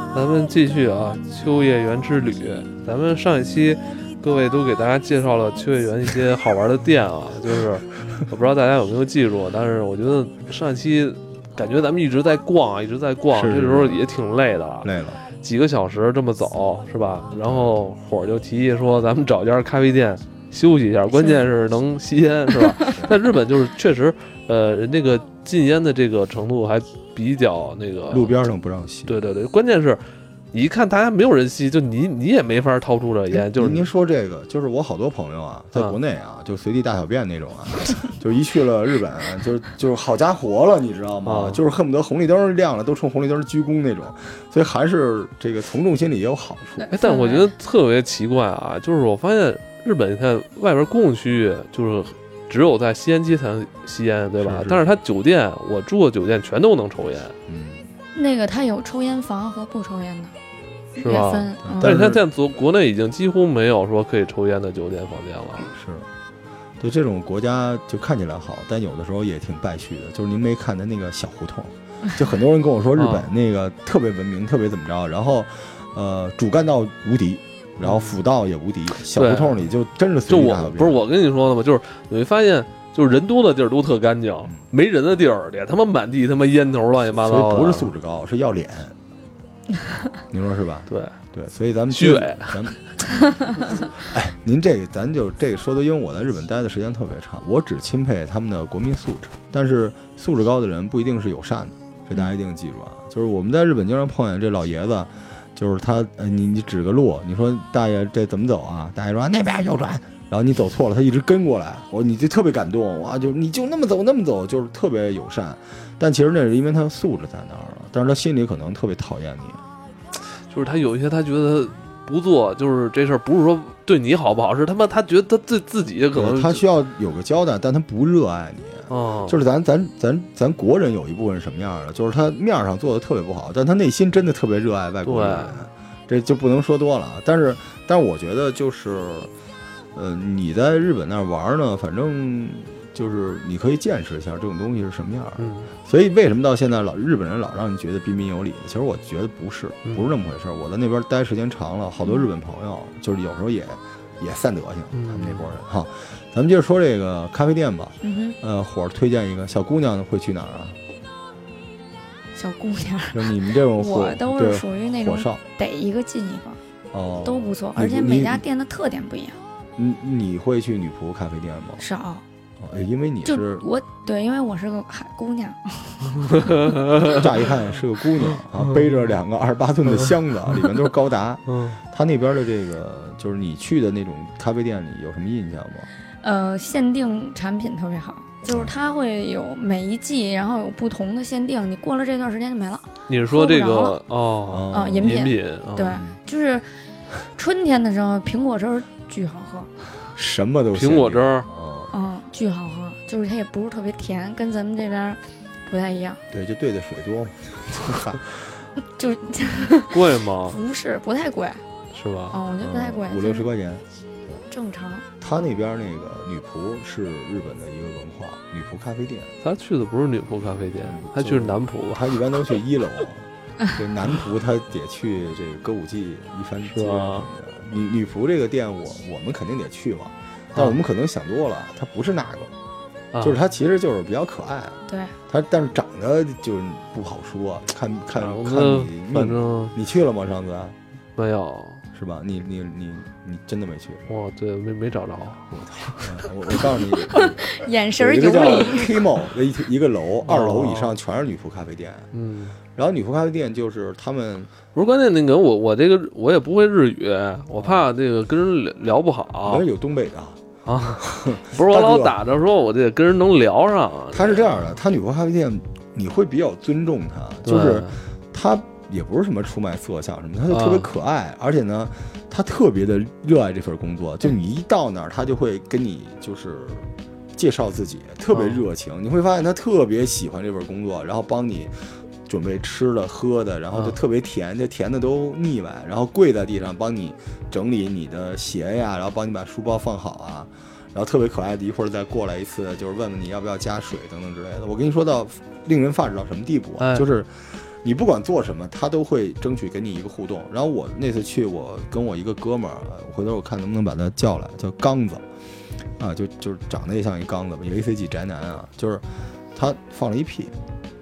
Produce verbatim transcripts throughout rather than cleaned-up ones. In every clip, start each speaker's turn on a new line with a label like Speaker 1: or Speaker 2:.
Speaker 1: 咱们继续啊，秋叶原之旅。咱们上一期各位都给大家介绍了秋叶原一些好玩的店啊，就是我不知道大家有没有记住，但是我觉得上一期感觉咱们一直在逛啊，一直在逛，这时候也挺累的了，
Speaker 2: 累了
Speaker 1: 几个小时这么走是吧？然后伙儿就提议说，咱们找家咖啡店休息一下，关键是能吸烟是吧？在日本就是确实，呃，那个禁烟的这个程度还比较那个，
Speaker 2: 路边上不让吸。
Speaker 1: 对对对，关键是你一看大家没有人吸，就你你也没法掏出这烟。就是
Speaker 2: 您说这个，就是我好多朋友啊，在国内啊，嗯、就随地大小便那种啊，就一去了日本，就就是好家伙了，你知道吗？嗯、就是恨不得红绿灯亮了都冲红绿灯鞠躬那种，所以还是这个从众心理也有好处。
Speaker 1: 哎，但我觉得特别奇怪啊，就是我发现日本，你看外边公共区域就是只有在吸烟机才能吸烟，对吧？是是，但是它酒店，我住的酒店全都能抽烟。
Speaker 3: 嗯，那个它有抽烟房和不抽烟的。
Speaker 1: 是吧？
Speaker 3: 嗯、
Speaker 1: 但是它现在国内已经几乎没有说可以抽烟的酒店房间了。
Speaker 2: 是，对这种国家就看起来好，但有的时候也挺败絮的。就是您没看的那个小胡同，就很多人跟我说日本那个特别文明，特别怎么着，然后呃主干道无敌，然后辅道也无敌，小胡同里就真是随地大小便。
Speaker 1: 不是我跟你说的吗？就是你会发现。就是人多的地儿都特干净，没人的地儿也他妈满地他妈烟头乱七八糟的。
Speaker 2: 所以不是素质高，是要脸。您说是吧？
Speaker 1: 对
Speaker 2: 对，所以咱们
Speaker 1: 虚伪。
Speaker 2: 咱们，哎，您这个咱就这个说的，因为我在日本待的时间特别长，我只钦佩他们的国民素质。但是素质高的人不一定是友善的，这大家一定记住啊。就是我们在日本经常碰见这老爷子，就是他，呃、你你指个路，你说大爷这怎么走啊？大爷说那边右转。然后你走错了，他一直跟过来，我你就特别感动哇！就你就那么走那么走，就是特别友善。但其实那是因为他素质在那儿了，但是他心里可能特别讨厌你。
Speaker 1: 就是他有一些他觉得不做，就是这事儿不是说对你好不好，是他妈他觉得他对自己可能
Speaker 2: 他需要有个交代，但他不热爱你。
Speaker 1: 哦，
Speaker 2: 就是咱咱咱咱国人有一部分是什么样的？就是他面上做的特别不好，但他内心真的特别热爱外国人。这就不能说多了。但是但是我觉得就是。呃，你在日本那儿玩呢，反正就是你可以见识一下这种东西是什么样的。
Speaker 1: 嗯，
Speaker 2: 所以为什么到现在老日本人老让你觉得彬彬有礼的？其实我觉得不是，不是这么回事。嗯、我在那边待时间长了，好多日本朋友就是有时候也也散德性，
Speaker 1: 嗯、
Speaker 2: 他们那波人哈。咱们接着说这个咖啡店吧。
Speaker 3: 嗯
Speaker 2: 哼。呃，伙儿推荐一个小姑娘会去哪儿啊？
Speaker 3: 小姑娘，
Speaker 2: 就你们这种
Speaker 3: 我都是属于那种得一个进一个，
Speaker 2: 哦，
Speaker 3: 都不错，而且每家店的特点不一样。
Speaker 2: 你你会去女仆咖啡店吗？
Speaker 3: 少，
Speaker 2: 哦，因为你是
Speaker 3: 我对，因为我是个海姑娘，
Speaker 2: 乍一看是个姑娘啊，背着两个二十八吨的箱子，里面都是高达。嗯，他那边的这个就是你去的那种咖啡店里有什么印象吗？
Speaker 3: 呃，限定产品特别好，就是它会有每一季，然后有不同的限定，你过了这段时间就没了。
Speaker 1: 你是说这个哦
Speaker 3: 啊，饮品，
Speaker 1: 饮品
Speaker 3: 对，就是春天的时候苹果汁儿。巨好喝，
Speaker 2: 什么都
Speaker 1: 苹果汁儿，
Speaker 3: 嗯，巨好喝，就是它也不是特别甜，跟咱们这边不太一样。
Speaker 2: 对，就兑的水多嘛，
Speaker 3: 就
Speaker 1: 贵吗？
Speaker 3: 不是，不太贵，
Speaker 1: 是吧？
Speaker 3: 嗯，我觉得不太贵，
Speaker 2: 五六十块钱，
Speaker 3: 正常。
Speaker 2: 他那边那个女仆是日本的一个文化，女仆咖啡店。
Speaker 1: 他去的不是女仆咖啡店，他去是男仆，
Speaker 2: 他一般都去一楼。这男仆他得去这个歌舞伎一番街什么的。女女仆这个店我我们肯定得去嘛，但我们可能想多了，它不是那个，啊、就是它其实就是比较可爱，
Speaker 3: 对，
Speaker 2: 它但是长得就不好说，看看看你，
Speaker 1: 反正
Speaker 2: 你去了吗？上次
Speaker 1: 没有，
Speaker 2: 是吧？你你你你真的没去？
Speaker 1: 哇，对，没没找着。
Speaker 2: 我我告诉你，
Speaker 3: 眼神有
Speaker 2: 一个叫 Kimo 的一一个楼，二楼以上全是女仆咖啡店，
Speaker 1: 嗯。
Speaker 2: 然后女仆咖啡店就是他们
Speaker 1: 不是关键那个我我这个我也不会日语，我怕这个跟人聊不好。
Speaker 2: 人有东北的
Speaker 1: 啊，不是我老打着说我得跟人能聊上。
Speaker 2: 他是这样的，他女仆咖啡店你会比较尊重他，就是他也不是什么出卖色相什么，他就特别可爱，啊、而且呢，他特别的热爱这份工作。就你一到那儿，他就会跟你就是介绍自己，特别热情。嗯、你会发现他特别喜欢这份工作，然后帮你。准备吃的喝的，然后就特别甜，这甜的都腻歪，然后跪在地上帮你整理你的鞋呀，然后帮你把书包放好啊，然后特别可爱的，一会儿再过来一次，就是问问你要不要加水等等之类的。我跟你说到令人发指到什么地步啊？哎、就是你不管做什么，他都会争取给你一个互动。然后我那次去，我跟我一个哥们儿，回头我看能不能把他叫来，叫刚子，啊，就就是长得也像一刚子吧，一个 A C G 宅男啊，就是他放了一屁，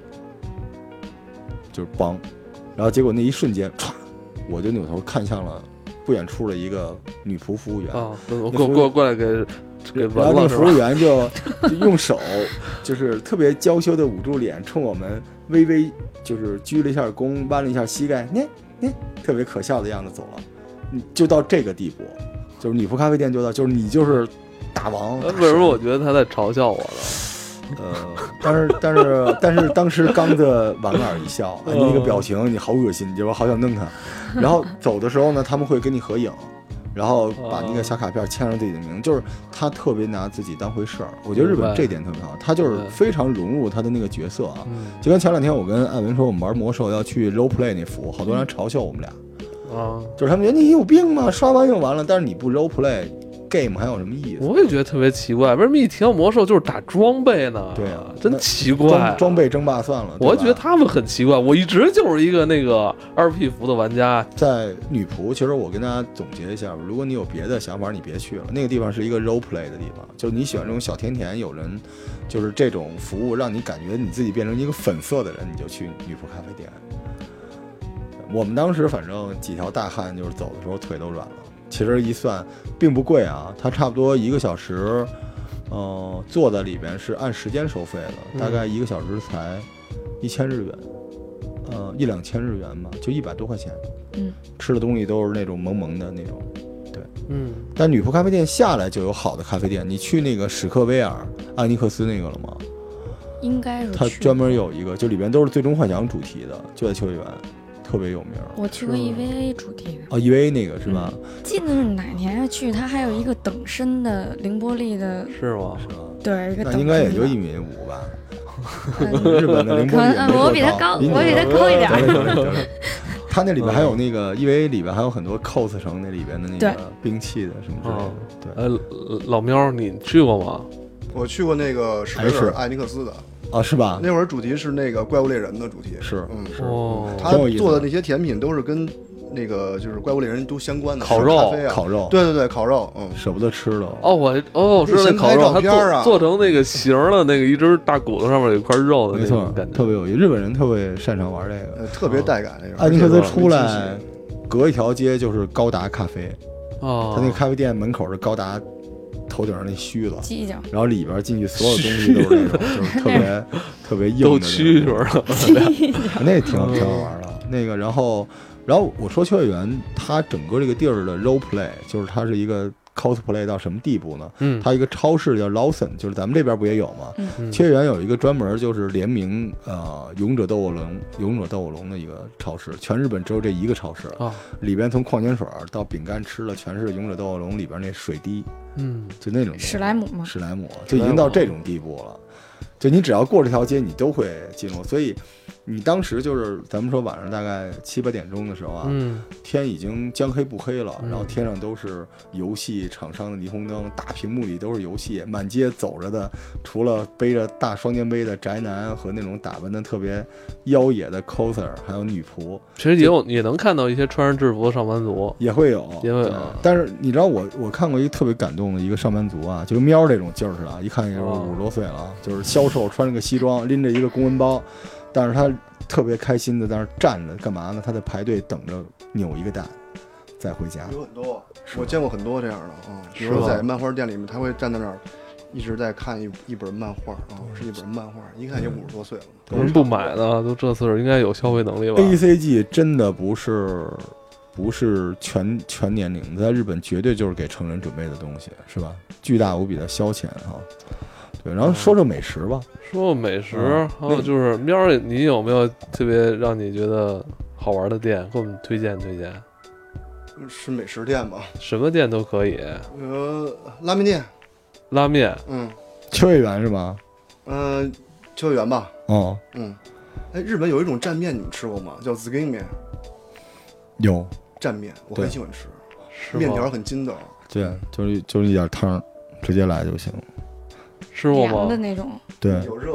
Speaker 2: 就是梆，然后结果那一瞬间，歘，我就扭头看向了不远处的一个女仆服务员
Speaker 1: 啊，我过过过来给给
Speaker 2: 然后那个服务员就就用手就是特别娇羞的捂住脸，冲我们微微就是鞠了一下躬，弯了一下膝盖，那那特别可笑的样子走了。就到这个地步，就是女仆咖啡店就到，就是你就是大王。
Speaker 1: 为什么我觉得他在嘲笑我呢？
Speaker 2: 呃，但是但是但是当时刚子莞尔一笑，你那个表情你好恶心，你知道吧？好想弄他。然后走的时候呢，他们会跟你合影。然后把那个小卡片签上自己的名字，就是他特别拿自己当回事儿。我觉得日本这点特别好，他就是非常融入他的那个角色啊。就跟前两天我跟艾文说，我们玩魔兽要去 role play 那服，好多人嘲笑我们俩啊，就是他们觉得你有病吗？刷完就完了，但是你不 role play game 还有什么意思？
Speaker 1: 我也觉得特别奇怪，为什么一提到魔兽就是打装备呢？
Speaker 2: 对啊，
Speaker 1: 真奇怪、啊。
Speaker 2: 装备争霸算了，
Speaker 1: 我觉得他们很奇怪。我一直就是一个那个二 P 服的玩家。
Speaker 2: 在女仆，其实我跟大家总结一下，如果你有别的想法，你别去了。那个地方是一个 role play 的地方，就是你喜欢这种小甜甜，有人就是这种服务，让你感觉你自己变成一个粉色的人，你就去女仆咖啡店。我们当时反正几条大汉，就是走的时候腿都软了。其实一算并不贵啊，它差不多一个小时，呃，坐在里边是按时间收费的，大概一个小时才一千日元，呃，一两千日元吧，就一百多块钱。
Speaker 3: 嗯，
Speaker 2: 吃的东西都是那种萌萌的那种，对，
Speaker 1: 嗯。
Speaker 2: 但女仆咖啡店下来就有好的咖啡店，你去那个史克威尔安尼克斯那个了吗？
Speaker 3: 应该是。
Speaker 2: 它专门有一个，就里边都是最终幻想主题的，就在秋叶原。特别有名，
Speaker 3: 我去过 E V A 主题的
Speaker 2: 哦 ，E V A 那个是吧？
Speaker 3: 嗯、记得是哪年要去，它还有一个等身的凌波丽的，
Speaker 1: 是吗？
Speaker 2: 是吧？
Speaker 3: 对，一个
Speaker 2: 那应该也就一米五吧。日本的凌波丽，
Speaker 3: 我比他高，我比他高一点。
Speaker 2: 他那里边还有那个 E V A 里边还有很多 cos 成那里边的那个兵器的什么之类的。
Speaker 1: 对，呃，老喵，你去过吗？
Speaker 4: 我去过那个史克威尔艾尼克斯的。
Speaker 2: 啊，是吧？
Speaker 4: 那会儿主题是那个怪物猎人的主题，
Speaker 2: 是，
Speaker 4: 嗯，
Speaker 2: 是，
Speaker 1: 哦，
Speaker 4: 他做的那些甜品都是跟那个就是怪物猎人都相关的，
Speaker 1: 烤肉、
Speaker 4: 咖啡啊，
Speaker 2: 烤肉，
Speaker 4: 对对对，烤肉，嗯，
Speaker 2: 舍不得吃了。
Speaker 1: 哦，我哦，我知道那烤肉，它
Speaker 4: 做
Speaker 1: 做成那个形的那个一只大骨头上面有一块肉的，
Speaker 2: 没错，
Speaker 1: 感觉
Speaker 2: 特别有意思。日本人特别擅长玩这个，
Speaker 4: 呃，特别带感那个。
Speaker 2: 安尼克斯出来，隔一条街就是高达咖啡，
Speaker 1: 哦，
Speaker 2: 他那个咖啡店门口是高达。头顶上那须子，然后里边进去所有东西都是那种，就是特别特别硬的，
Speaker 1: 都蛐蛐
Speaker 2: 了，那挺挺好玩的。那个，然后，然后我说秋叶原，它整个这个地儿的 role play， 就是它是一个 cosplay 到什么地步呢？
Speaker 1: 嗯，
Speaker 2: 它一个超市叫 Lawson， 就是咱们这边不也有吗？
Speaker 3: 嗯，
Speaker 2: 秋叶原有一个专门就是联名呃勇者斗恶龙、勇者斗恶龙的一个超市，全日本只有这一个超市
Speaker 1: 啊，
Speaker 2: 里边从矿泉水到饼干吃的全是勇者斗恶龙里边那水滴。
Speaker 1: 嗯，
Speaker 2: 就那种
Speaker 3: 史莱姆吗？
Speaker 2: 史莱姆就已经到这种地步了，就你只要过这条街，你都会进入。所以你当时就是咱们说晚上大概七八点钟的时候啊，
Speaker 1: 嗯，
Speaker 2: 天已经将黑不黑了，
Speaker 1: 嗯、
Speaker 2: 然后天上都是游戏厂商的霓虹灯，大屏幕里都是游戏，满街走着的，除了背着大双肩背的宅男和那种打扮的特别妖冶的 coser， 还有女仆，
Speaker 1: 其实也有也能看到一些穿着制服的上班族，
Speaker 2: 也会有，
Speaker 1: 也会有。
Speaker 2: 但是你知道我我看过一个特别感动的一个上班族啊，就跟喵这种劲儿似的，一看就是五十多岁了，哦、就是销售穿着个西装，拎着一个公文包，但是他特别开心的在那儿站着，干嘛呢？他在排队等着扭一个蛋，再回家。
Speaker 4: 有很多，我见过很多这样的啊、嗯，比如说在漫画店里面，他会站在那儿。一直在看一一本漫画啊、哦，是一本漫画，一看就五十多岁了。
Speaker 1: 为什么不买呢？都这次应该有消费能力吧
Speaker 2: ？A C G 真的不是不是全全年龄，在日本绝对就是给成人准备的东西，是吧？巨大无比的消遣哈。对，然后说说美食吧。
Speaker 1: 说说美食，嗯、还有就是喵儿，你有没有特别让你觉得好玩的店，给我们推荐推荐？
Speaker 4: 是美食店吧？
Speaker 1: 什么店都可以。
Speaker 4: 呃，拉面店。
Speaker 1: 拉面，
Speaker 4: 嗯，
Speaker 2: 秋叶原是吧？
Speaker 4: 嗯、呃，秋叶原吧。
Speaker 2: 哦，
Speaker 4: 嗯，哎，日本有一种蘸面，你们吃过吗？叫紫根面。
Speaker 2: 有
Speaker 4: 蘸面，我很喜欢吃，
Speaker 1: 是
Speaker 4: 面条很筋道。
Speaker 2: 对，就是就是一点汤，直接来就行。
Speaker 1: 吃过吗？
Speaker 3: 凉的那种。
Speaker 2: 对，
Speaker 4: 有热的有凉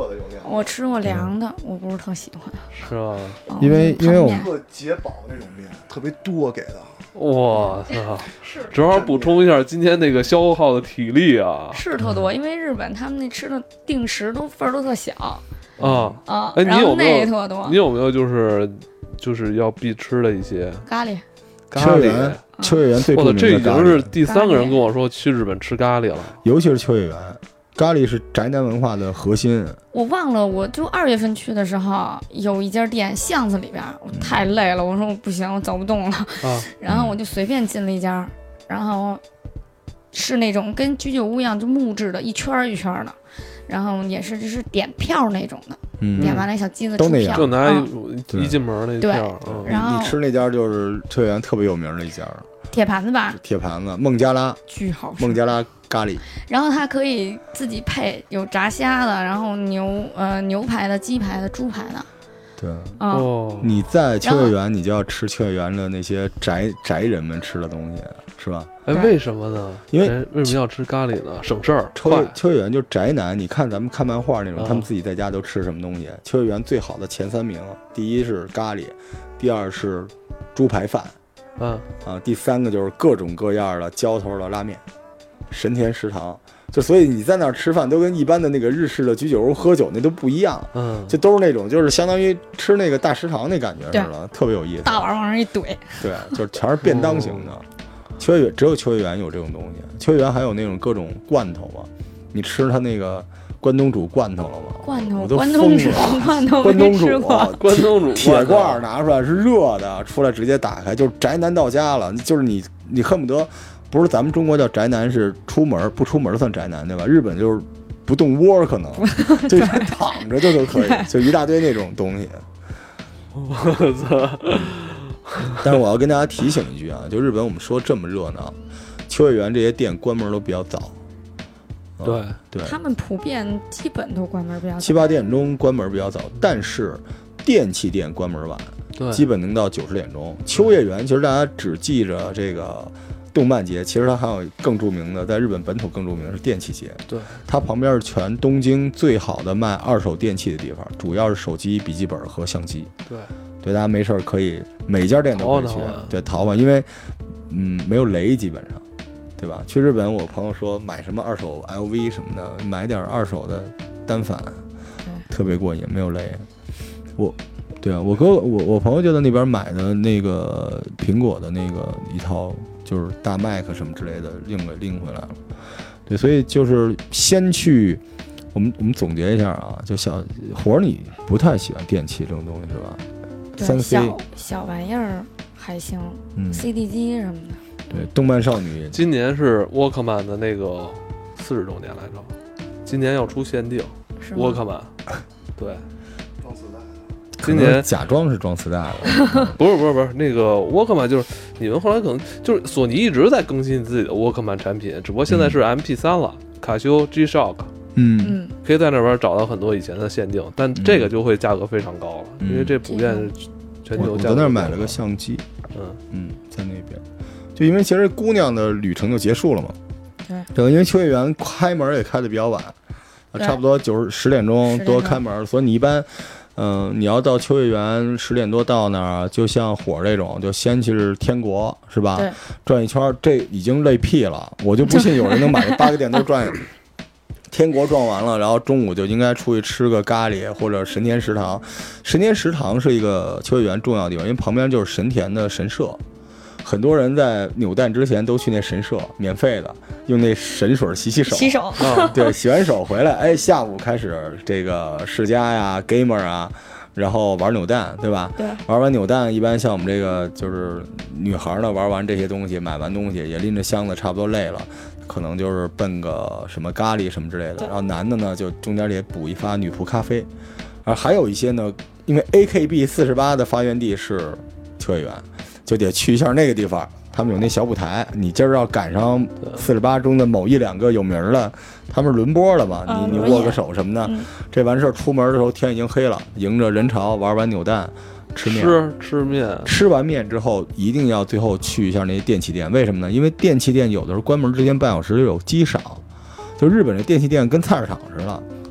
Speaker 3: 我吃过凉的，我不是特喜欢。
Speaker 1: 是吧？
Speaker 3: 哦
Speaker 2: 因为因为我
Speaker 3: 们
Speaker 4: 特解饱那种面，特别多给的。
Speaker 1: 我操！
Speaker 3: 是
Speaker 1: 正好补充一下今天那个消耗的体力啊
Speaker 3: 是特多，因为日本他们那吃的定时都份儿都特小
Speaker 1: 啊！
Speaker 3: 啊，
Speaker 1: 哎，你
Speaker 3: 然后
Speaker 1: 有没有
Speaker 3: 那特多
Speaker 1: 你。有没有就是就是要必吃的一些
Speaker 3: 咖喱，
Speaker 1: 咖喱
Speaker 2: 秋叶？原，秋叶原最著
Speaker 1: 我操，这已
Speaker 2: 名的咖喱
Speaker 1: 经是第三个人跟我说去日本吃咖喱了。
Speaker 2: 尤其是秋叶原，咖喱是宅男文化的核心。
Speaker 3: 我忘了，我就二月份去的时候，有一家店巷子里边，我太累了，我说我不行，我走不动了，
Speaker 1: 啊
Speaker 3: 然后我就随便进了一家，然后是那种跟居酒屋一样，就木质的，一圈儿一圈儿的，然后也是就是点票那种的，
Speaker 2: 嗯，
Speaker 3: 点完了小机子出票，
Speaker 2: 都那样
Speaker 1: 就拿
Speaker 3: 嗯
Speaker 1: 一
Speaker 2: 对
Speaker 1: 一进门那
Speaker 3: 对
Speaker 1: 票，嗯
Speaker 3: 然后
Speaker 2: 你吃那家就是秋叶原特别有名的一家，
Speaker 3: 铁盘子吧，
Speaker 2: 铁盘子孟加拉
Speaker 3: 巨好吃
Speaker 2: 孟。加拉咖喱。
Speaker 3: 然后它可以自己配，有炸虾的，然后牛呃牛排的、鸡排的、猪排的，
Speaker 2: 对，
Speaker 3: 嗯，
Speaker 1: 哦，
Speaker 2: 你在秋叶原，你就要吃秋叶原的那些宅宅人们吃的东西，是吧？
Speaker 1: 哎，为什么呢？
Speaker 2: 因为
Speaker 1: 哎为什么要吃咖喱呢？省事儿，
Speaker 2: 秋
Speaker 1: 快
Speaker 2: 叶秋叶原就宅男，你看咱们看漫画那种，
Speaker 1: 啊
Speaker 2: 他们自己在家都吃什么东西？秋叶原最好的前三名，第一是咖喱，第二是猪排饭，
Speaker 1: 嗯
Speaker 2: 啊，第三个就是各种各样的浇头的拉面，神田食堂。就所以你在那儿吃饭，都跟一般的那个日式的居酒屋喝酒那都不一样，
Speaker 1: 嗯，
Speaker 2: 就都是那种就是相当于吃那个大食堂那感觉似的，特别有意思。
Speaker 3: 大碗往上一怼，
Speaker 2: 对，就是全是便当型的。秋叶原只有秋叶原有这种东西，秋叶原还有那种各种罐头嘛。你吃它那个关东煮罐头了吗？
Speaker 3: 罐头
Speaker 2: 我都
Speaker 3: 关东煮
Speaker 2: 疯了。
Speaker 3: 罐头
Speaker 2: 关
Speaker 3: 没
Speaker 2: 东煮
Speaker 3: 吃过，
Speaker 1: 关东煮
Speaker 2: 铁罐儿
Speaker 1: 儿
Speaker 2: 拿出来是热的，出来直接打开，就是宅男到家了。就是你你恨不得不是咱们中国叫宅男是出门不出门算宅男对吧？日本就是不动窝可能就躺着就都可以，就一大堆那种东西。
Speaker 1: 我操！
Speaker 2: 但是我要跟大家提醒一句啊，就日本我们说这么热闹，秋叶原这些店关门都比较早。嗯
Speaker 1: 对
Speaker 2: 对，
Speaker 3: 他们普遍基本都关门比较早。
Speaker 2: 七八点钟关门比较早，但是电器店关门晚，
Speaker 1: 对，
Speaker 2: 基本能到九十点钟。秋叶原其实大家只记着这个动漫节，其实它还有更著名的，在日本本土更著名的是电器节。
Speaker 1: 对，
Speaker 2: 它旁边是全东京最好的卖二手电器的地方，主要是手机、笔记本和相机。
Speaker 1: 对
Speaker 2: 对，大家没事儿可以每家店都可以去
Speaker 1: 淘淘啊，
Speaker 2: 对，淘吧，因为嗯没有雷基本上。对吧？去日本，我朋友说买什么二手 L V 什么的，买点二手的单反，特别过瘾，没有雷。我，对啊，我哥我我朋友就在那边买的那个苹果的那个一套，就是大麦克什么之类的，拎给拎回来了。对，所以就是先去，我们我们总结一下啊，就小活儿你不太喜欢电器这种东西是吧？
Speaker 3: 对
Speaker 2: 三 C
Speaker 3: 小小玩意儿还行、
Speaker 2: 嗯
Speaker 3: c D 机什么的。
Speaker 2: 对，动漫少女
Speaker 1: 今年是沃克曼的那个四十周年来着，今年要出限定
Speaker 3: 是吗
Speaker 1: 沃克曼，对，
Speaker 4: 装磁带的。
Speaker 1: 今年
Speaker 2: 假装是装磁带的，
Speaker 1: 不是不是不是那个沃克曼，就是你们后来可能就是索尼一直在更新自己的沃克曼产品，只不过现在是 M P 三了，卡西欧 G Shock
Speaker 2: 嗯，
Speaker 3: 嗯，
Speaker 1: 可以在那边找到很多以前的限定，但这个就会价格非常高了，
Speaker 2: 嗯
Speaker 1: 因为这普遍是全
Speaker 2: 我我
Speaker 1: 球价格。
Speaker 2: 在那儿买了个相机，
Speaker 1: 嗯，
Speaker 2: 嗯，在那边，就因为其实姑娘的旅程就结束了嘛。
Speaker 3: 对，
Speaker 2: 这个因为秋叶原开门也开的比较晚，啊
Speaker 3: 对
Speaker 2: 差不多九十点钟
Speaker 3: 十点钟
Speaker 2: 多开门，所以你一般，嗯、你要到秋叶原十点多到那儿，就像火儿这种，就先去是天国是吧？
Speaker 3: 对，
Speaker 2: 转一圈儿，这已经累屁了，我就不信有人能把这八个店都转。天国转完了，然后中午就应该出去吃个咖喱或者神田食堂。神田食堂是一个秋叶原重要的地方，因为旁边就是神田的神社，很多人在扭蛋之前都去那神社，免费的，用那神水洗洗手。
Speaker 3: 洗手，
Speaker 1: 啊，
Speaker 2: 对，洗完手回来，哎，下午开始这个世家呀、gamer 啊，然后玩扭蛋，对吧？
Speaker 3: 对，
Speaker 2: 玩完扭蛋，一般像我们这个就是女孩呢，玩完这些东西，买完东西也拎着箱子，差不多累了，可能就是奔个什么咖喱什么之类的。
Speaker 3: 对
Speaker 2: 然后男的呢，就中间也补一发女仆咖啡，而还有一些呢，因为 A K B 四十八的发源地是秋叶原，就得去一下那个地方。他们有那小舞台，你今儿要赶上四十八中的某一两个有名的，他们是轮播了嘛？
Speaker 3: 嗯
Speaker 2: 你你握个手什么的，
Speaker 3: 嗯
Speaker 2: 这完事儿出门的时候天已经黑了，迎着人潮玩完扭蛋，吃面。
Speaker 1: 吃吃面，
Speaker 2: 吃完面之后，一定要最后去一下那些电器店，为什么呢？因为电器店有的时候关门之前半小时有机少，就日本这电器店跟菜市场似的，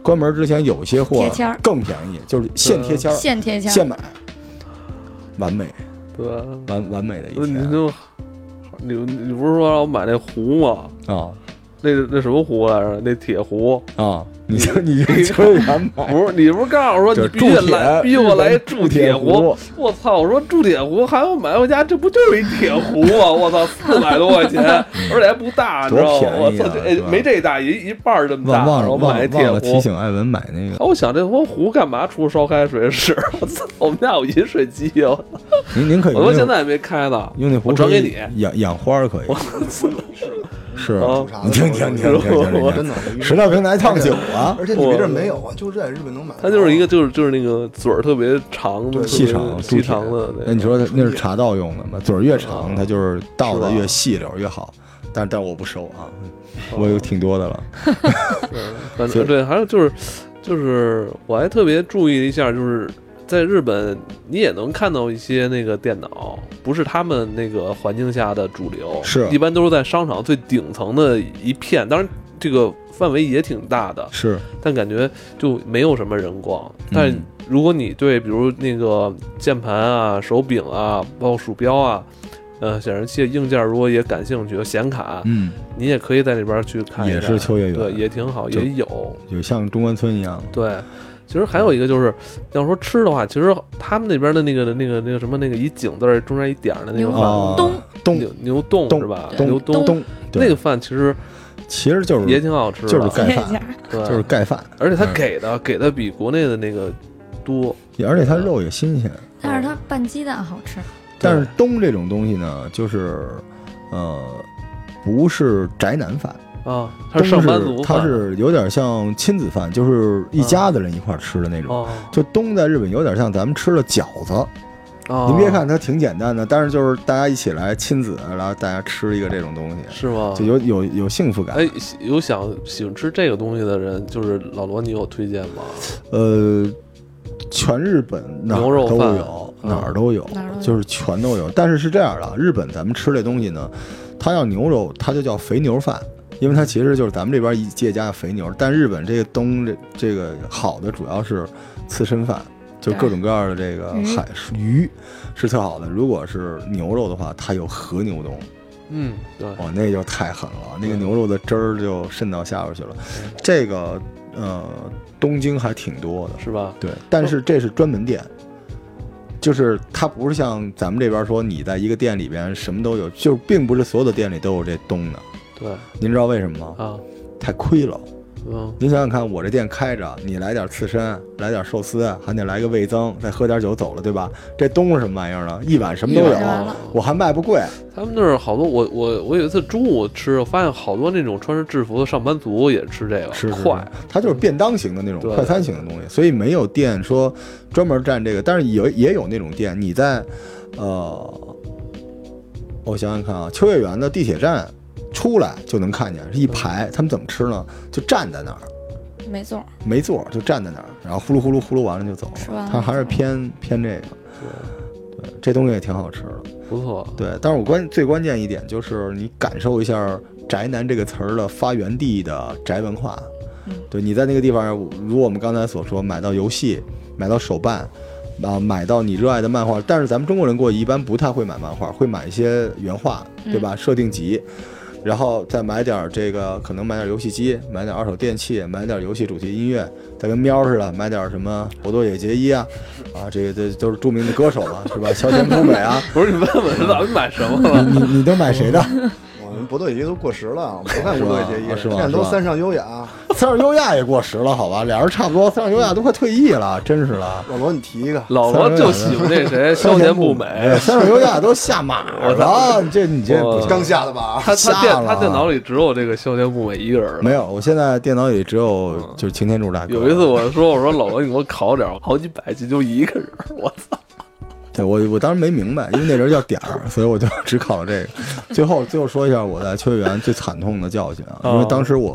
Speaker 2: 关门之前有些货更便宜，就是现贴签儿，
Speaker 3: 现贴签儿，
Speaker 2: 现买，完美，
Speaker 1: 对，
Speaker 2: 完完美的一天。
Speaker 1: 你就你你不是说让我买那壶吗？
Speaker 2: 啊，
Speaker 1: 那那什么壶来着？那铁壶
Speaker 2: 啊。你就你秋叶原买
Speaker 1: 不是你不是告诉我说你必须来，必须我来铸铁壶？我操！我说铸铁壶还要买回家，这不就是一铁壶吗？我操，四百多块钱，而且还不大，你知道吗？我操，这没这大，一一半这么大，然后买铁壶。
Speaker 2: 提醒艾文买那个。
Speaker 1: 我想这壶壶干嘛出烧开水使？我操！我们家有饮水机啊。
Speaker 2: 您您可以，
Speaker 1: 我现在也没开呢，
Speaker 2: 用那壶
Speaker 1: 我传给你
Speaker 2: 养养花可以。是，
Speaker 4: 你
Speaker 2: 听听听听听，
Speaker 4: 真的，
Speaker 2: 食料平台烫酒啊，
Speaker 4: 而且你别这没有啊，就是在日本能买。
Speaker 1: 它就是一个就是就是那个嘴儿特别长的
Speaker 2: 细长
Speaker 1: 细长的。
Speaker 2: 那你说那是茶道用的吗？嘴儿越长，它就是倒的越细溜越好。但但我不收啊，我有挺多的了。
Speaker 1: 反正对，还有就是就是我还特别注意一下，就是在日本你也能看到一些那个电脑，不是他们那个环境下的主流，
Speaker 2: 是
Speaker 1: 一般都是在商场最顶层的一片，当然这个范围也挺大的，
Speaker 2: 是，
Speaker 1: 但感觉就没有什么人逛。但如果你对比如那个键盘啊、手柄啊、包括鼠标啊、呃显示器硬件，如果也感兴趣，显卡，
Speaker 2: 嗯，
Speaker 1: 你也可以在里边去看一下，
Speaker 2: 也是秋叶原，
Speaker 1: 对，也挺好，也有
Speaker 2: 有像中关村一样，
Speaker 1: 对。其实还有一个就是，要说吃的话，其实他们那边的那个那个那个什么那个一井字中间一点的那个饭，
Speaker 3: 东
Speaker 2: 东
Speaker 1: 牛牛冻是吧？牛
Speaker 2: 冻
Speaker 1: 冻那个饭其实
Speaker 2: 其实就是
Speaker 1: 也挺好吃的，
Speaker 2: 就是盖饭，
Speaker 1: 对，
Speaker 2: 就是盖饭，
Speaker 1: 而且他给的给的比国内的那个多，
Speaker 2: 而且它肉也新鲜，
Speaker 3: 但是它拌鸡蛋好吃。
Speaker 2: 但是冬这种东西呢，就是呃，不是宅男饭。
Speaker 1: 啊，他是上班族，
Speaker 2: 他是有点像亲子饭，就是一家子人一块吃的那种。
Speaker 1: 哦、
Speaker 2: 就冬在日本有点像咱们吃的饺子。
Speaker 1: 哦、
Speaker 2: 您别看它挺简单的，但是就是大家一起来亲子，然后大家吃一个这种东西，
Speaker 1: 是吗？
Speaker 2: 就有有有幸福感。
Speaker 1: 哎，有想喜欢吃这个东西的人，就是老罗，你有推荐吗？
Speaker 2: 呃，全日本哪儿都有，哪儿都有，
Speaker 3: 嗯、
Speaker 2: 就是全都有。但是是这样的，日本咱们吃这东西呢，它要牛肉，它就叫肥牛饭。因为它其实就是咱们这边一借家的肥牛，但日本这个冬这这个好的主要是刺身饭，就各种各样的这个海鱼是特好的。如果是牛肉的话，它有和牛冻，
Speaker 1: 嗯，对，
Speaker 2: 哦，那就太狠了，那个牛肉的汁儿就渗到下边去了。这个呃，东京还挺多的，
Speaker 1: 是吧？
Speaker 2: 对，但是这是专门店。就是它不是像咱们这边说你在一个店里边什么都有，就并不是所有的店里都有这冬的。
Speaker 1: 对，
Speaker 2: 您知道为什么吗？
Speaker 1: 啊，
Speaker 2: 太亏了。
Speaker 1: 嗯，
Speaker 2: 您想想看，我这店开着，你来点刺身，来点寿司，还得来个味增，再喝点酒走了，对吧？这冬是什么玩意儿呢？一碗什么都有，我还卖不贵。
Speaker 1: 他们那儿好多，我我我有一次中午吃，我发现好多那种穿着制服的上班族也吃这个，
Speaker 2: 是
Speaker 1: 快，
Speaker 2: 它就是便当型的那种快餐型的东西，所以没有店说专门占这个，但是也也有那种店，你在呃，我想想看啊，秋叶原的地铁站。出来就能看见是一排，他们怎么吃呢？就站在那儿，
Speaker 3: 没座，
Speaker 2: 没座就站在那儿，然后呼噜呼噜呼噜完了就走了。他还是偏偏这个，对，这东西也挺好吃的，
Speaker 1: 不错。
Speaker 2: 对，但是我关最关键一点就是你感受一下“宅男”这个词儿的发源地的宅文化。
Speaker 3: 嗯，
Speaker 2: 对，你在那个地方，如我们刚才所说，买到游戏，买到手办。啊，买到你热爱的漫画，但是咱们中国人过一般不太会买漫画，会买一些原画，对吧？嗯、设定集。然后再买点这个，可能买点游戏机，买点二手电器，买点游戏主题音乐，再跟喵似的买点什么博多野结衣啊，啊，这个这都是著名的歌手嘛，是吧？小田不美啊，
Speaker 1: 不是你问问他到底买什么了？
Speaker 2: 你你你都买谁的？
Speaker 4: 我们博多野结衣都过时了，我不看博多野结衣，
Speaker 2: 是吧？
Speaker 4: 现在都三上优雅，
Speaker 2: 三上优雅也过时了，好吧？俩人差不多，三上优雅都快退役了，真是的。
Speaker 4: 老罗，你提一个，
Speaker 1: 老罗就喜欢那谁，小田不美，
Speaker 2: 三上优雅都下马了，你这你这
Speaker 4: 刚下的吧？
Speaker 1: 他他电他电脑里只有这个小田不美一个人了，
Speaker 2: 没有，我现在电脑里只有就是擎天柱大哥。
Speaker 1: 有一次我说我说老罗，你给我考点，好几百集就一个人，我操！
Speaker 2: 对我我当时没明白，因为那人叫点儿，所以我就只考了这个。最后最后说一下我在秋叶原最惨痛的教训啊，因为当时我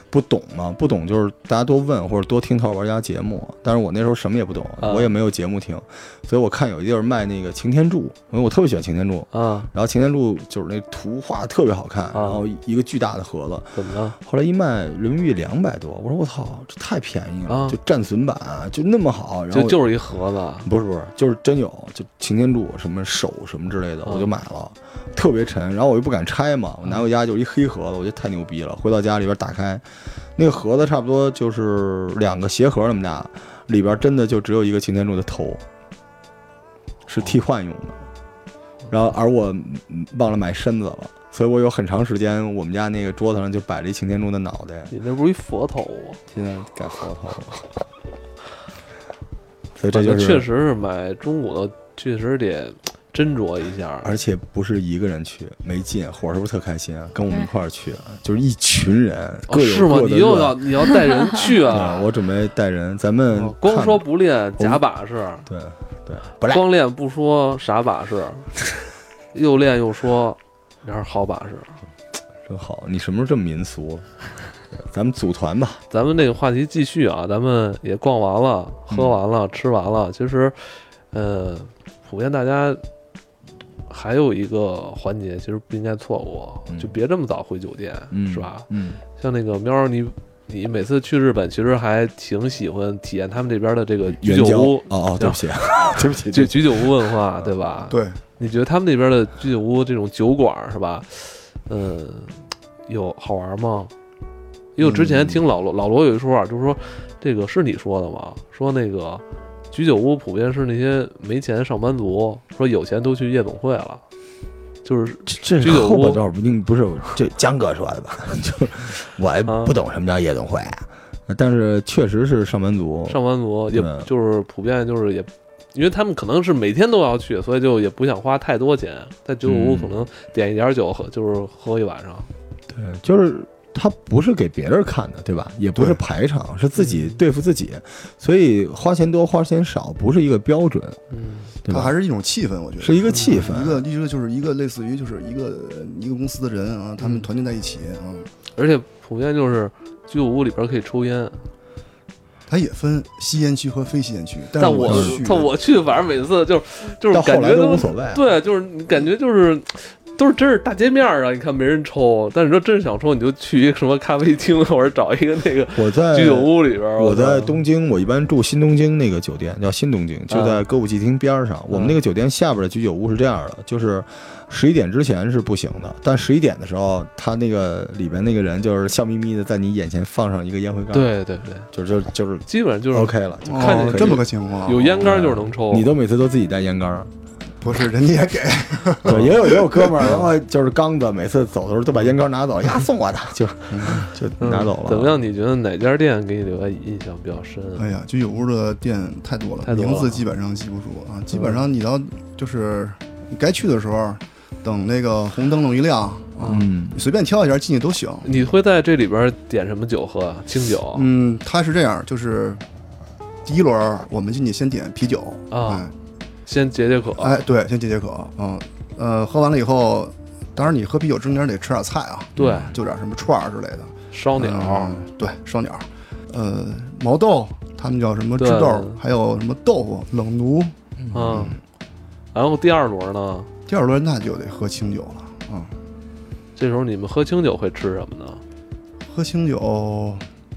Speaker 2: 不懂嘛，不懂就是大家多问或者多听淘宝玩家节目。但是我那时候什么也不懂，
Speaker 1: 啊、
Speaker 2: 我也没有节目听，所以我看有一地儿卖那个擎天柱，因为我特别喜欢擎天柱
Speaker 1: 啊。
Speaker 2: 然后擎天柱就是那图画特别好看，
Speaker 1: 啊、
Speaker 2: 然后一个巨大的盒子，
Speaker 1: 怎么了？
Speaker 2: 后来一卖人民币两百多，我说我操，这太便宜了，
Speaker 1: 啊、
Speaker 2: 就战损版就那么好，然后
Speaker 1: 就就是一盒子，
Speaker 2: 不是不是，就是真有，就擎天柱什么手什么之类的，
Speaker 1: 啊、
Speaker 2: 我就买了，特别沉，然后我又不敢拆嘛，我拿回家就一黑盒子，我觉得太牛逼了。回到家里边打开，那个盒子差不多就是两个鞋盒那么大，里边真的就只有一个擎天柱的头，是替换用的。然后而我忘了买身子了，所以我有很长时间我们家那个桌子上就摆着一擎天柱的脑袋。
Speaker 1: 你那不是一佛头吗？
Speaker 2: 现在改佛头了。所以这就是
Speaker 1: 确实是买中古的，确实得斟酌一下。
Speaker 2: 而且不是一个人去，没劲，火是不是特开心啊？跟我们一块儿去，就是一群人，各有
Speaker 1: 是吗？你又要你要带人去啊？
Speaker 2: 我准备带人，咱们
Speaker 1: 光说不练假把式，
Speaker 2: 对对，
Speaker 1: 光练不说傻把式，又练又说你是好把式，
Speaker 2: 真好。你什么时候这么民俗？咱们组团吧。
Speaker 1: 咱们这个话题继续啊，咱们也逛完了，喝完了，嗯、吃完了。其实，呃，普遍大家还有一个环节，其实不应该错过，
Speaker 2: 嗯、
Speaker 1: 就别这么早回酒店，
Speaker 2: 嗯、
Speaker 1: 是吧？
Speaker 2: 嗯，
Speaker 1: 像那个喵，你你每次去日本，其实还挺喜欢体验他们这边的这个居酒屋。
Speaker 2: 哦哦，对不起，对不起，
Speaker 1: 就居酒屋文化，对吧？
Speaker 4: 对，
Speaker 1: 你觉得他们那边的居酒屋这种酒馆是吧？嗯，有好玩吗？因为我之前听老罗、嗯、老罗有一说啊，就是说这个是你说的吗？说那个居酒屋普遍是那些没钱上班族，说有钱都去夜总会了，就是
Speaker 2: 这
Speaker 1: 居酒屋
Speaker 2: 这不定不是这江哥说的吧？就我还不懂什么叫夜总会、啊，但是确实是上班族，
Speaker 1: 上班族也就是普遍就是也。因为他们可能是每天都要去，所以就也不想花太多钱，在居酒屋可能点一点酒喝，就是喝一晚上。
Speaker 2: 对，就是他不是给别人看的，对吧？也不是排场，是自己对付自己，所以花钱多花钱少不是一个标准。
Speaker 1: 嗯，
Speaker 4: 它还是一种气氛，我觉得
Speaker 2: 是一个气氛，
Speaker 4: 一个一个就是一个类似于就是一个一个公司的人啊，他们团结在一起啊。
Speaker 1: 而且普遍就是居酒屋里边可以抽烟。
Speaker 4: 它也分吸烟区和非吸烟区，但
Speaker 1: 是我但我去，反正每次就是就是感觉
Speaker 2: 都无所谓、啊，
Speaker 1: 对，就是你感觉就是都是真是大街面啊，你看没人抽，但是说真想抽，你就去一个什么咖啡厅或者找一个那个
Speaker 2: 我在
Speaker 1: 居酒屋里边。
Speaker 2: 我在东京，我一般住新东京那个酒店，叫新东京，就在歌舞伎町边上。啊、我们那个酒店下边的居酒屋是这样的，就是十一点之前是不行的，但十一点的时候，他那个里边那个人就是笑眯眯的在你眼前放上一个烟灰缸。
Speaker 1: 对对对，
Speaker 2: 就是就就是
Speaker 1: 基本上就是
Speaker 2: OK 了，就
Speaker 1: 看见
Speaker 4: 这么个情况，
Speaker 1: 有烟缸就是能抽。
Speaker 2: 你都每次都自己带烟缸。
Speaker 4: 不是，人家也给，
Speaker 2: 对，也有也有哥们儿，然后就是刚子，每次走的时候都把烟缸拿走，呀，送我的，就就拿走了、
Speaker 1: 嗯。怎么样？你觉得哪家店给你留下印象比较深？
Speaker 4: 哎呀，居酒屋的店太多了，
Speaker 1: 太多了，
Speaker 4: 名字基本上记不住啊。基本上你到就是你该去的时候，等那个红灯笼一亮，
Speaker 2: 嗯，
Speaker 4: 你随便挑一家进去都行。
Speaker 1: 你会在这里边点什么酒喝啊？清酒？
Speaker 4: 嗯，它是这样，就是第一轮我们进去先点啤酒
Speaker 1: 啊。
Speaker 4: 哎
Speaker 1: 先解解渴，
Speaker 4: 哎，对，先解解渴，嗯，呃，喝完了以后，当然你喝啤酒中间得吃点菜啊，
Speaker 1: 对，
Speaker 4: 就点什么串儿之类的，
Speaker 1: 烧鸟、
Speaker 4: 嗯，对，烧鸟，呃，毛豆，他们叫什么枝豆，还有什么豆腐、冷奴，
Speaker 1: 嗯，嗯然后第二轮呢？
Speaker 4: 第二轮那就得喝清酒了，嗯，
Speaker 1: 这时候你们喝清酒会吃什么呢？
Speaker 4: 喝清酒，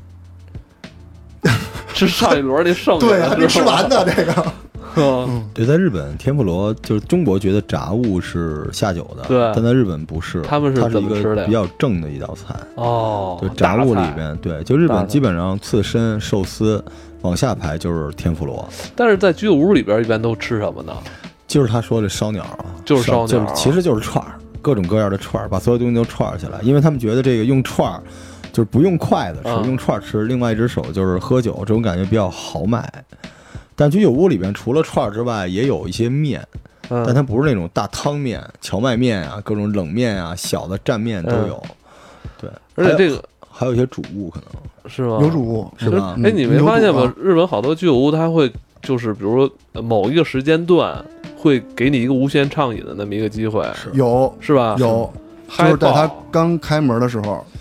Speaker 1: 吃上一轮那剩下的，
Speaker 4: 对，还没吃完呢，这个。
Speaker 2: 嗯，对，在日本天妇罗就是中国觉得炸物是下酒的，
Speaker 1: 对，
Speaker 2: 但在日本不是，
Speaker 1: 他们是
Speaker 2: 怎么吃的？比较正的一道菜
Speaker 1: 哦，
Speaker 2: 就炸物里边，对，就日本基本上刺身、寿司往下排就是天妇罗。
Speaker 1: 但是在居酒屋里边一般都吃什么呢？
Speaker 2: 就是他说的烧鸟啊，
Speaker 1: 就是烧鸟，
Speaker 2: 就是其实就是串儿，各种各样的串儿，把所有东西都串起来，因为他们觉得这个用串儿就是不用筷子吃，
Speaker 1: 嗯、
Speaker 2: 用串儿吃，另外一只手就是喝酒，这种感觉比较豪迈。但居酒屋里边除了串之外，也有一些面，
Speaker 1: 嗯、
Speaker 2: 但它不是那种大汤面、荞麦面啊，各种冷面啊、小的蘸面都有。嗯、对，
Speaker 1: 而且这个
Speaker 2: 还有一些主物，可能
Speaker 1: 是吗？
Speaker 4: 有主物
Speaker 2: 是吧？
Speaker 1: 哎，你没发现吗？日本好多居酒屋它会就是，比如说某一个时间段会给你一个无限畅饮的那么一个机会，
Speaker 4: 有
Speaker 1: 是吧？
Speaker 4: 有，就是在它刚开门的时候。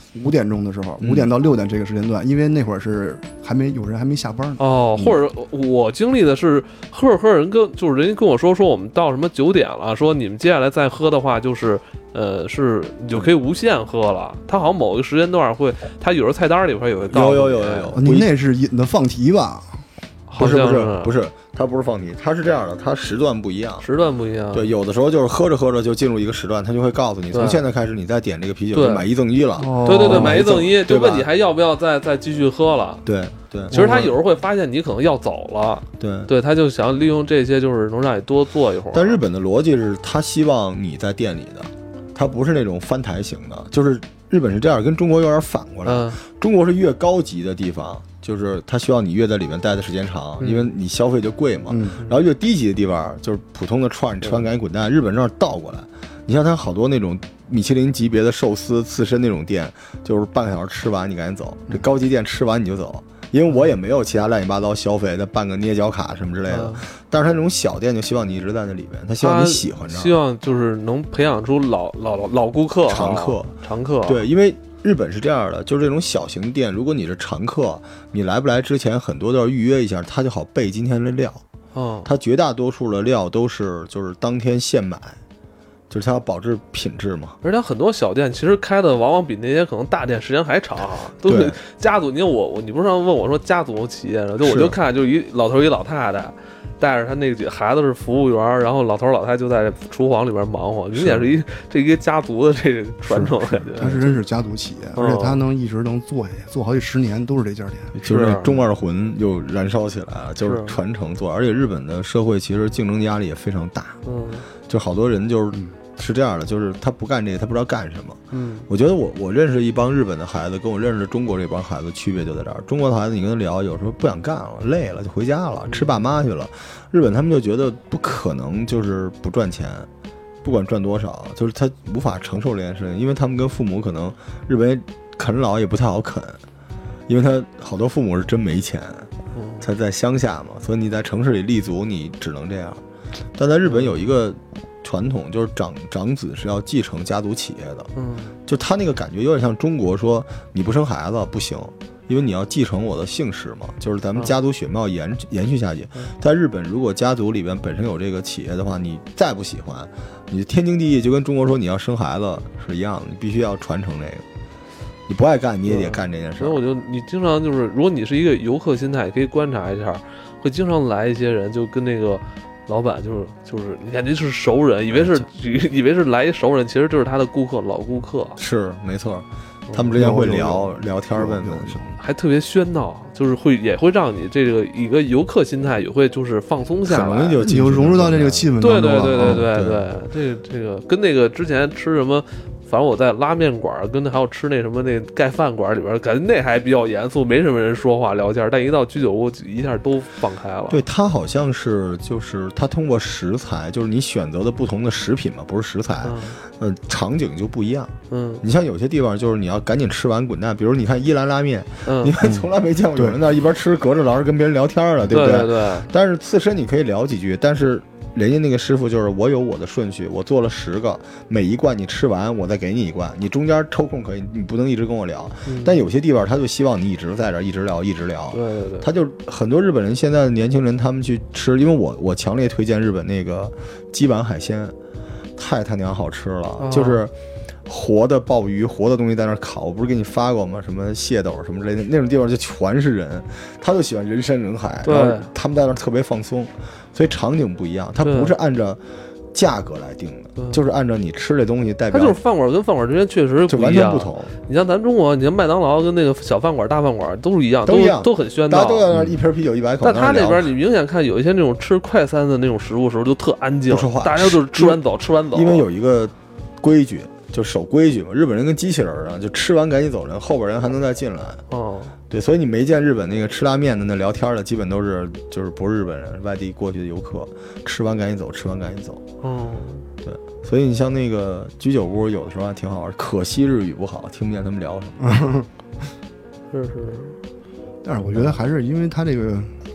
Speaker 4: 五点钟的时候，
Speaker 2: 嗯
Speaker 4: 五点到六点这个时间段，因为那会儿是还没有人还没下班呢。
Speaker 1: 哦，或者我经历的是喝着喝着人跟就是人家跟我说说我们到什么九点了，说你们接下来再喝的话就是呃是你就可以无限喝了。他好像某个时间段会，他有时候菜单里边也会告诉
Speaker 2: 有
Speaker 1: 你
Speaker 2: 有有有有，
Speaker 4: 你那是引的放题吧？
Speaker 2: 不是不是
Speaker 1: 是
Speaker 2: 不是，它不是放题，它是这样的，它时段不一样。
Speaker 1: 时段不一样。
Speaker 2: 对，有的时候就是喝着喝着就进入一个时段，他就会告诉你，从现在开始你再点这个啤酒就买一赠一了。
Speaker 1: 对对对，买一赠一，就问你
Speaker 2: 还
Speaker 1: 还要不要再再继续喝了。
Speaker 2: 对对，
Speaker 1: 其实他有时候会发现你可能要走了，
Speaker 2: 对
Speaker 1: 对，他就想利用这些，就是能让你多坐一会儿。
Speaker 2: 但日本的逻辑是，他希望你在店里的，他不是那种翻台型的，就是日本是这样，跟中国有点反过来。
Speaker 1: 嗯，
Speaker 2: 中国是越高级的地方，就是他需要你越在里面待的时间长，
Speaker 1: 嗯、
Speaker 2: 因为你消费就贵嘛。
Speaker 4: 嗯，
Speaker 2: 然后越低级的地方，就是普通的串，你吃完赶紧滚蛋。日本这样倒过来，你像他好多那种米其林级别的寿司刺身那种店，就是半个小时吃完你赶紧走，这高级店吃完你就走。因为我也没有其他乱七八糟消费，再办个捏脚卡什么之类的，
Speaker 1: 嗯、
Speaker 2: 但是他那种小店就希望你一直在那里面，他希望你喜欢着，
Speaker 1: 希望就是能培养出老老老老顾客、
Speaker 2: 常客、
Speaker 1: 常客。
Speaker 2: 对，因为日本是这样的，就是这种小型店，如果你是常客，你来不来之前很多都要预约一下，他就好备今天的料。
Speaker 1: 嗯，
Speaker 2: 他绝大多数的料都是就是当天现买。就是它要保质品质嘛，
Speaker 1: 而且很多小店其实开的往往比那些可能大店时间还长，都是家族。你看我我你不是上问我说家族企业呢，就我就看就一老头一老太太带着他那几个孩子是服务员，然后老头老太太就在厨房里边忙活，明显是一这一个家族的这个传承感觉。
Speaker 4: 他是真是家族企业，
Speaker 1: 嗯、
Speaker 4: 而且他能一直能做下去，做好几十年都是这家店，
Speaker 2: 就是那中二魂又燃烧起来了，就是传承做。而且日本的社会其实竞争压力也非常大，
Speaker 1: 嗯，
Speaker 2: 就好多人就是。嗯是这样的，就是他不干这个，他不知道干什么。
Speaker 1: 嗯，
Speaker 2: 我觉得我我认识一帮日本的孩子，跟我认识中国这帮孩子区别就在这儿。中国的孩子你跟他聊，有时候不想干了，累了就回家了，吃爸妈去了。日本他们就觉得不可能，就是不赚钱，不管赚多少，就是他无法承受这件事情，因为他们跟父母可能日本啃老也不太好啃，因为他好多父母是真没钱，才在乡下嘛，所以你在城市里立足，你只能这样。但在日本有一个传统，就是长长子是要继承家族企业的，
Speaker 1: 嗯，
Speaker 2: 就他那个感觉有点像中国说你不生孩子不行，因为你要继承我的姓氏嘛，就是咱们家族血脉延延续下去。在日本，如果家族里边本身有这个企业的话，你再不喜欢，你天经地义，就跟中国说你要生孩子是一样的，你必须要传承这个。你不爱干，你也得干这件事。
Speaker 1: 所以我就你经常就是，如果你是一个游客心态，也可以观察一下，会经常来一些人，就跟那个老板就是就是你感觉是熟人，以为是以为是来一熟人，其实就是他的顾客，老顾客。
Speaker 2: 是没错，他们之间会聊聊天问问，
Speaker 1: 还特别喧闹，就是会也会让你这个一个游客心态也会就是放松下来，
Speaker 2: 就
Speaker 4: 有融入到这个气氛当中。
Speaker 1: 对对对对对对，这个这个跟那个之前吃什么。反正我在拉面馆跟还有吃那什么那盖饭馆里边，感觉那还比较严肃，没什么人说话聊天，但一到居酒屋一下都放开了。
Speaker 2: 对，它好像是就是它通过食材，就是你选择的不同的食品嘛，不是食材，嗯、呃，场景就不一样。
Speaker 1: 嗯，
Speaker 2: 你像有些地方就是你要赶紧吃完滚蛋，比如你看伊兰拉面，
Speaker 1: 嗯，
Speaker 2: 你们从来没见过有人在一边吃隔着老是跟别人聊天的，对不
Speaker 1: 对？对对对。
Speaker 2: 但是刺身你可以聊几句，但是。人家那个师傅就是我有我的顺序，我做了十个，每一罐你吃完，我再给你一罐，你中间抽空可以，你不能一直跟我聊。嗯、但有些地方他就希望你一直在这儿一直聊一直聊。
Speaker 1: 对对对，
Speaker 2: 他就很多日本人现在的年轻人他们去吃，因为我我强烈推荐日本那个基丸海鲜，太他娘好吃了，哦、就是活的鲍鱼，活的东西在那儿烤，我不是给你发过吗？什么蟹斗什么之类的，那种地方就全是人，他就喜欢人山人海，然后他们在那儿特别放松。所以场景不一样，它不是按照价格来定的，就是按照你吃这东西代表。
Speaker 1: 它就是饭馆跟饭馆之间确实
Speaker 2: 就完全不同。
Speaker 1: 你像咱中国，你像麦当劳跟那个小饭馆、大饭馆都是一样，
Speaker 2: 都一样，
Speaker 1: 都很喧闹，
Speaker 2: 大家都在那一瓶啤酒一百口。
Speaker 1: 但他那边你明显看有一些那种吃快餐的那种食物的时候就特安静，
Speaker 2: 不说话，
Speaker 1: 大家都是吃完走，吃完走。
Speaker 2: 因为有一个规矩，就守规矩嘛。日本人跟机器人似的，就吃完赶紧走人，后边人还能再进来。
Speaker 1: 哦。
Speaker 2: 对，所以你没见日本那个吃拉面的那聊天的，基本都是就是不是日本人，外地过去的游客，吃完赶紧走，吃完赶紧走。
Speaker 1: 哦，
Speaker 2: 对，所以你像那个居酒屋，有的时候还挺好玩，可惜日语不好，听不见他们聊什么。
Speaker 1: 是是，
Speaker 4: 但是我觉得还是因为他这个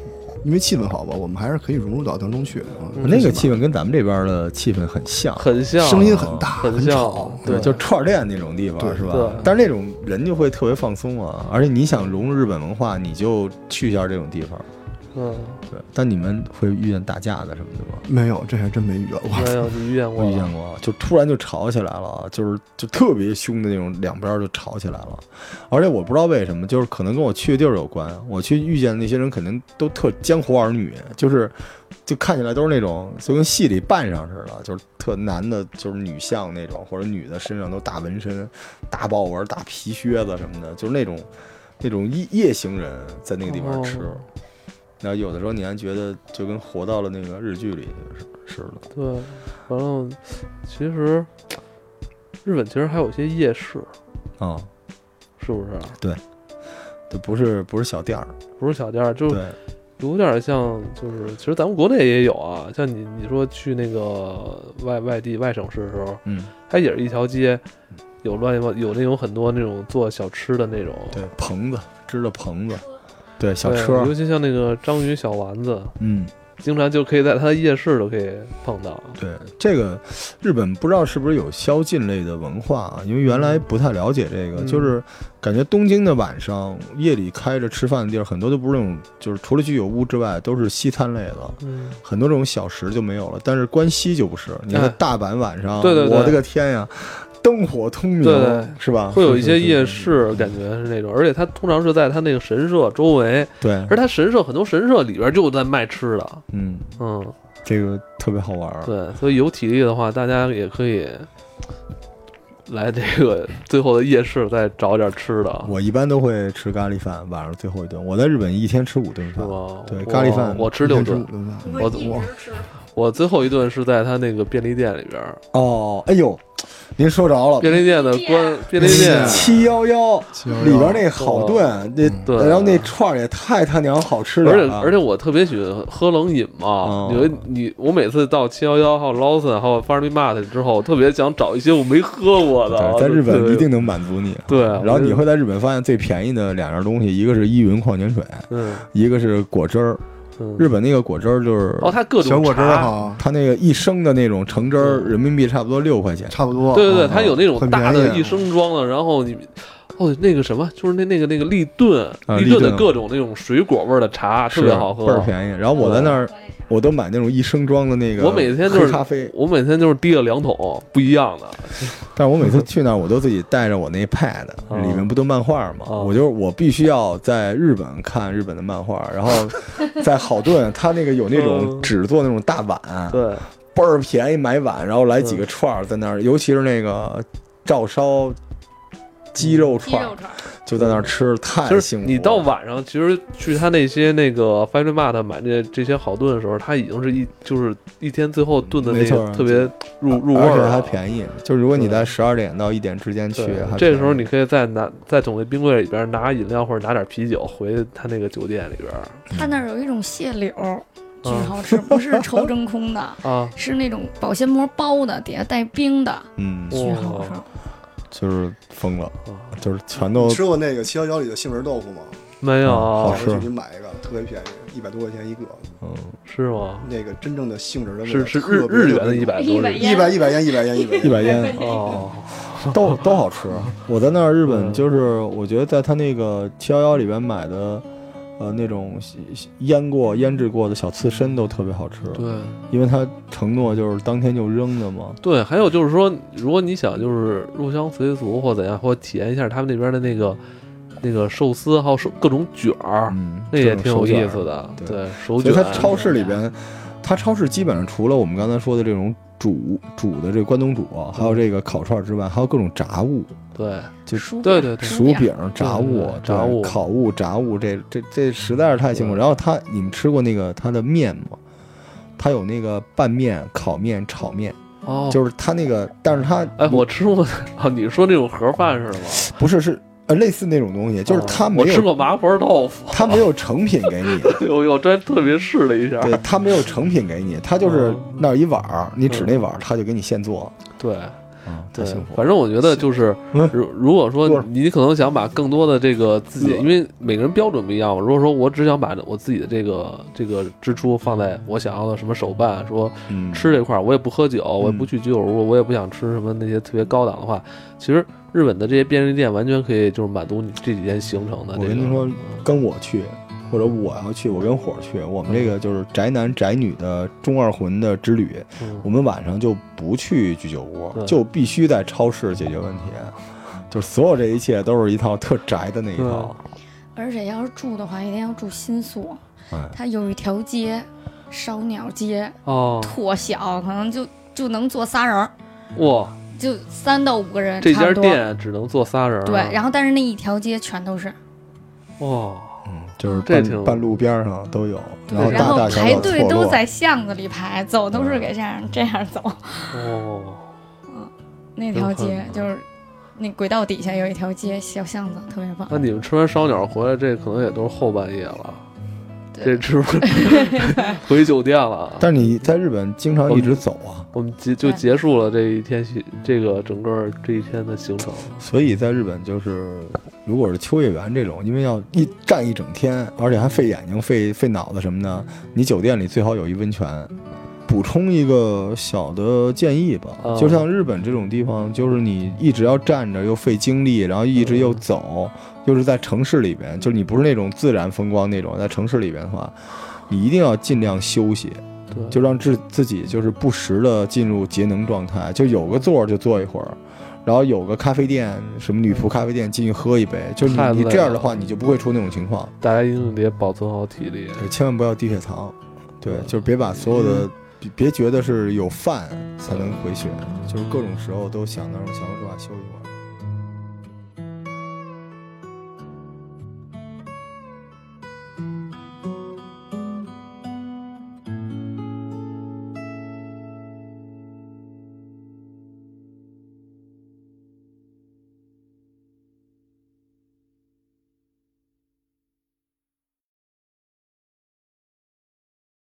Speaker 4: 因为气氛好吧，我们还是可以融入到当中去。
Speaker 2: 嗯、那个气氛跟咱们这边的气氛很像，
Speaker 1: 很像，
Speaker 4: 声音很大，
Speaker 1: 很
Speaker 4: 吵，
Speaker 2: 对，就串店那种地方，是吧？但是那种人就会特别放松啊，而且你想融入日本文化，你就去一下这种地方。
Speaker 1: 嗯，
Speaker 2: 对。但你们会遇见打架的什么的吗？
Speaker 4: 没有，这还真没遇到过。
Speaker 1: 没有，你遇见过？
Speaker 2: 我遇见过，就突然就吵起来了，就是就特别凶的那种，两边就吵起来了。而且我不知道为什么，就是可能跟我去的地儿有关。我去遇见的那些人，肯定都特江湖儿女，就是就看起来都是那种就跟戏里扮上似的，就是特男的，就是女相那种，或者女的身上都大纹身、大豹纹、大皮靴子什么的，就是那种那种夜夜行人在那个地方吃。哦，然后有的时候你还觉得就跟活到了那个日剧里似的。
Speaker 1: 对，完了，其实日本其实还有些夜市
Speaker 2: 啊，
Speaker 1: 是不是？
Speaker 2: 对，这不是不是小店儿，
Speaker 1: 不是小店儿，就有点像，就是其实咱们国内也有啊。像你你说去那个外外地外省市的时候，
Speaker 2: 嗯，
Speaker 1: 它也是一条街，有乱七八有那种很多那种做小吃的那种，
Speaker 2: 对，棚子支的棚子。对，小车，
Speaker 1: 尤其像那个章鱼小丸子，
Speaker 2: 嗯，
Speaker 1: 经常就可以在它的夜市都可以碰到。
Speaker 2: 对，这个日本不知道是不是有宵禁类的文化啊？因为原来不太了解这个，嗯、就是感觉东京的晚上夜里开着吃饭的地儿，很多都不是那种，就是除了居酒屋之外，都是西餐类的，
Speaker 1: 嗯，
Speaker 2: 很多这种小食就没有了。但是关西就不是，你看大阪晚上，
Speaker 1: 哎、对对对，
Speaker 2: 我的个天呀！灯火通明，
Speaker 1: 对，
Speaker 2: 是吧？
Speaker 1: 会有一些夜市，感觉是那种，而且它通常是在它那个神社周围，
Speaker 2: 对，
Speaker 1: 而它神社很多神社里边就在卖吃的，
Speaker 2: 嗯
Speaker 1: 嗯，
Speaker 2: 这个特别好玩。
Speaker 1: 对，所以有体力的话，大家也可以来这个最后的夜市再找点吃的。
Speaker 2: 我一般都会吃咖喱饭，晚上最后一顿。我在日本一天吃五顿饭，对，咖喱饭
Speaker 1: 我吃六顿，
Speaker 3: 我我
Speaker 1: 我最后一顿是在他那个便利店里边。
Speaker 2: 哦，哎呦。您说着了，
Speaker 1: 便利店的关便利店
Speaker 2: 七幺幺里边那好炖，那
Speaker 1: 对，
Speaker 2: 然后那串也太他娘好吃了，
Speaker 1: 而且而且我特别喜欢喝冷饮嘛，因为你我每次到七幺幺还有 Lawson 还有 Family Mart 之后，特别想找一些我没喝过的，
Speaker 2: 在日本一定能满足你。
Speaker 1: 对，
Speaker 2: 然后你会在日本发现最便宜的两样东西，一个是依云矿泉水，
Speaker 1: 嗯，
Speaker 2: 一个是果汁儿。日本那个果汁儿就是
Speaker 1: 哦，它各种
Speaker 4: 小果汁儿哈，
Speaker 2: 它那个一升的那种橙汁儿，人民币差不多六块钱，
Speaker 4: 差不多。
Speaker 1: 对对对，它有那种大的一升装的，然后你哦那个什么，就是那那个那个立顿，立顿的各种那种水果味的茶，特别好喝，
Speaker 2: 倍儿便宜。然后我在那儿，我都买那种一升装的那个，
Speaker 1: 我每天就是
Speaker 2: 咖啡，
Speaker 1: 我每天就是提了两桶不一样的。
Speaker 2: 但是我每次去那儿，我都自己带着我那 pad， 里面不都漫画吗？
Speaker 1: 哦、
Speaker 2: 我就是我必须要在日本看日本的漫画，然后在好顿，他那个有那种纸做那种大碗，
Speaker 1: 对，
Speaker 2: 倍儿便宜买碗，然后来几个串在那儿，尤其是那个照烧鸡肉串。就在那儿吃，太幸福了。
Speaker 1: 你到晚上，其实去他那些那个 Family Mart 买这这些好炖的时候，它已经是一就是一天最后炖的那个特别入入味儿，
Speaker 2: 而且还便宜。就如果你在十二点到一点之间去，
Speaker 1: 这个时候你可以再拿再从那冰柜里边拿饮料或者拿点啤酒回他那个酒店里边。
Speaker 3: 他那儿有一种蟹柳。巨好吃，不是抽真空的
Speaker 1: 啊，
Speaker 3: 是那种保鲜膜包的，底下带冰的，
Speaker 2: 嗯，
Speaker 3: 巨好吃。
Speaker 2: 就是疯了，就是全都。
Speaker 4: 你吃过那个七幺幺里的杏仁豆腐吗？
Speaker 1: 没有，
Speaker 2: 好吃。
Speaker 4: 你买一个，特别便宜，一百多块钱一个。
Speaker 2: 嗯，
Speaker 1: 是吗？
Speaker 4: 那个真正的杏仁的
Speaker 1: 是是日日元的一百多，
Speaker 3: 一百
Speaker 4: 一百一百烟一百烟一百
Speaker 2: 一百烟
Speaker 1: 哦，
Speaker 2: 都都好吃。我在那儿日本就是，我觉得在他那个七幺幺里边买的。呃，那种腌过、腌制过的小刺身都特别好吃。
Speaker 1: 对，
Speaker 2: 因为他承诺就是当天就扔的嘛。
Speaker 1: 对，还有就是说，如果你想就是入乡随俗或怎样，或体验一下他们那边的那个那个寿司，还有各种卷儿，
Speaker 2: 嗯，
Speaker 1: 那也挺有意思的。对，手卷。
Speaker 2: 所以它超市里边，它超市基本上除了我们刚才说的这种煮煮的这个关东煮，还有这个烤串之外，还有各种炸物。
Speaker 1: 对，
Speaker 2: 就
Speaker 1: 对对对，
Speaker 2: 薯饼、炸物、
Speaker 1: 炸物、
Speaker 2: 烤物、炸物，这这这实在是太幸福。然后它，你们吃过那个它的面吗？它有那个拌面、烤面、炒面，
Speaker 1: 哦，
Speaker 2: 就是它那个，但是它，
Speaker 1: 哎，我吃过啊，你说那种盒饭是吗？
Speaker 2: 不是，是呃类似那种东西，就是它没有。
Speaker 1: 我吃过麻婆豆腐，
Speaker 2: 它没有成品给你。
Speaker 1: 我我真特别试了一下，
Speaker 2: 对，它没有成品给你，它就是那一碗儿，你指那碗儿，它就给你现做。
Speaker 1: 对。
Speaker 2: 啊，太幸福。
Speaker 1: 反正我觉得就是，如如果说你可能想把更多的这个自己，因为每个人标准不一样。如果说我只想把我自己的这个这个支出放在我想要的什么手办，说吃这块，我也不喝酒，我也不去居酒屋，我也不想吃什么那些特别高档的话，其实日本的这些便利店完全可以就是满足你这几天行程的。
Speaker 2: 我跟您说，跟我去。或者我要去，我跟伙儿去，我们这个就是宅男宅女的中二魂的之旅。嗯、我们晚上就不去居酒屋，就必须在超市解决问题。就是所有这一切都是一套特宅的那一套。
Speaker 3: 而且要是住的话，一定要住新宿。哎、它有一条街，烧鸟街，哦，特小，可能就就能坐仨人。
Speaker 1: 哇！
Speaker 3: 就三到五个人。
Speaker 1: 这家店只能坐仨人。
Speaker 3: 对，然后但是那一条街全都是。
Speaker 1: 哇！
Speaker 2: 嗯，就是半半路边上都有，然后
Speaker 3: 然后排队都在巷子里排，走都是给这样这样走。
Speaker 1: 哦，
Speaker 3: 嗯，那条街就是那轨道底下有一条街小巷子，特别棒。
Speaker 1: 那你们吃完烧鸟回来，这可能也都是后半夜了，这吃回酒店了。
Speaker 2: 但是你在日本经常一直走啊，
Speaker 1: 我们结就结束了这一天这个整个这一天的行程。
Speaker 2: 所以在日本就是。如果是秋叶原这种，因为要一站一整天，而且还费眼睛、费费脑子什么的，你酒店里最好有一温泉。补充一个小的建议吧，嗯、就像日本这种地方，就是你一直要站着又费精力，然后一直又走，又是在城市里边，就是你不是那种自然风光那种，在城市里边的话，你一定要尽量休息，就让自自己就是不时的进入节能状态，就有个座就坐一会儿。然后有个咖啡店，什么女仆咖啡店进去喝一杯，就是你你这样的话，你就不会出那种情况。
Speaker 1: 大家一定得保存好体力，
Speaker 2: 对，千万不要低血糖，对，就是别把所有的，别觉得是有饭才能回血，就是各种时候都想着想说实话休息会儿。